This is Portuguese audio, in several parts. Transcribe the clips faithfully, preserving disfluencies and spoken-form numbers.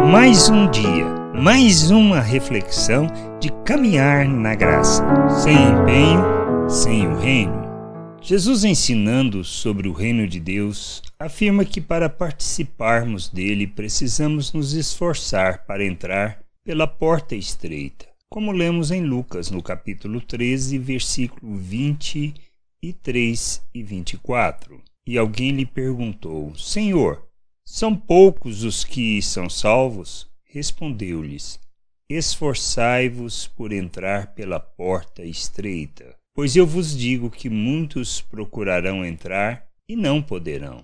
Mais um dia, mais uma reflexão de caminhar na graça, sem empenho, sem o reino. Jesus, ensinando sobre o reino de Deus, afirma que para participarmos dele precisamos nos esforçar para entrar pela porta estreita, como lemos em Lucas, no capítulo treze, versículo vinte e três e vinte e quatro. E alguém lhe perguntou: Senhor, são poucos os que são salvos? Respondeu-lhes: Esforçai-vos por entrar pela porta estreita, pois eu vos digo que muitos procurarão entrar e não poderão.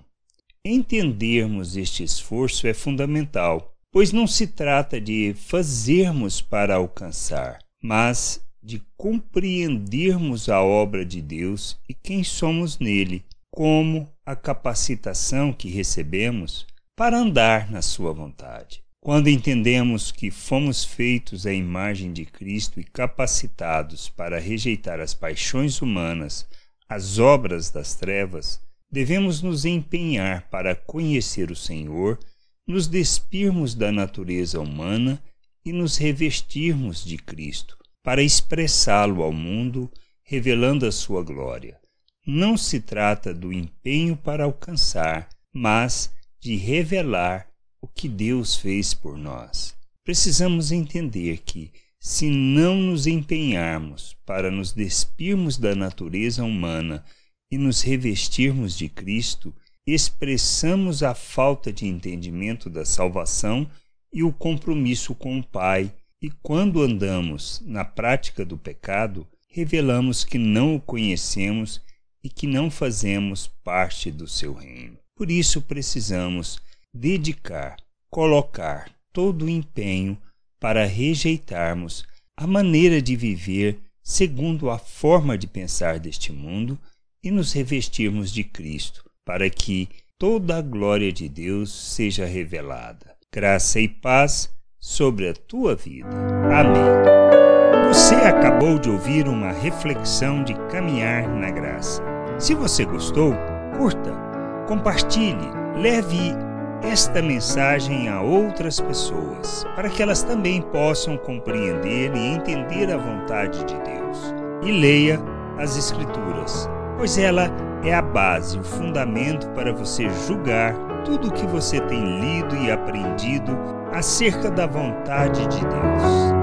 Entendermos este esforço é fundamental, pois não se trata de fazermos para alcançar, mas de compreendermos a obra de Deus e quem somos nele, como a capacitação que recebemos para andar na sua vontade. Quando entendemos que fomos feitos à imagem de Cristo e capacitados para rejeitar as paixões humanas, as obras das trevas, devemos nos empenhar para conhecer o Senhor, nos despirmos da natureza humana e nos revestirmos de Cristo, para expressá-lo ao mundo, revelando a sua glória. Não se trata do empenho para alcançar, mas de revelar o que Deus fez por nós. Precisamos entender que, se não nos empenharmos para nos despirmos da natureza humana e nos revestirmos de Cristo, expressamos a falta de entendimento da salvação e o compromisso com o Pai, e quando andamos na prática do pecado, revelamos que não o conhecemos e que não fazemos parte do seu reino. Por isso precisamos dedicar, colocar todo o empenho para rejeitarmos a maneira de viver segundo a forma de pensar deste mundo e nos revestirmos de Cristo, para que toda a glória de Deus seja revelada. Graça e paz sobre a tua vida. Amém. Você acabou de ouvir uma reflexão de caminhar na graça. Se você gostou, curta, compartilhe, leve esta mensagem a outras pessoas, para que elas também possam compreender e entender a vontade de Deus. E leia as Escrituras, pois ela é a base, o fundamento para você julgar tudo o que você tem lido e aprendido acerca da vontade de Deus.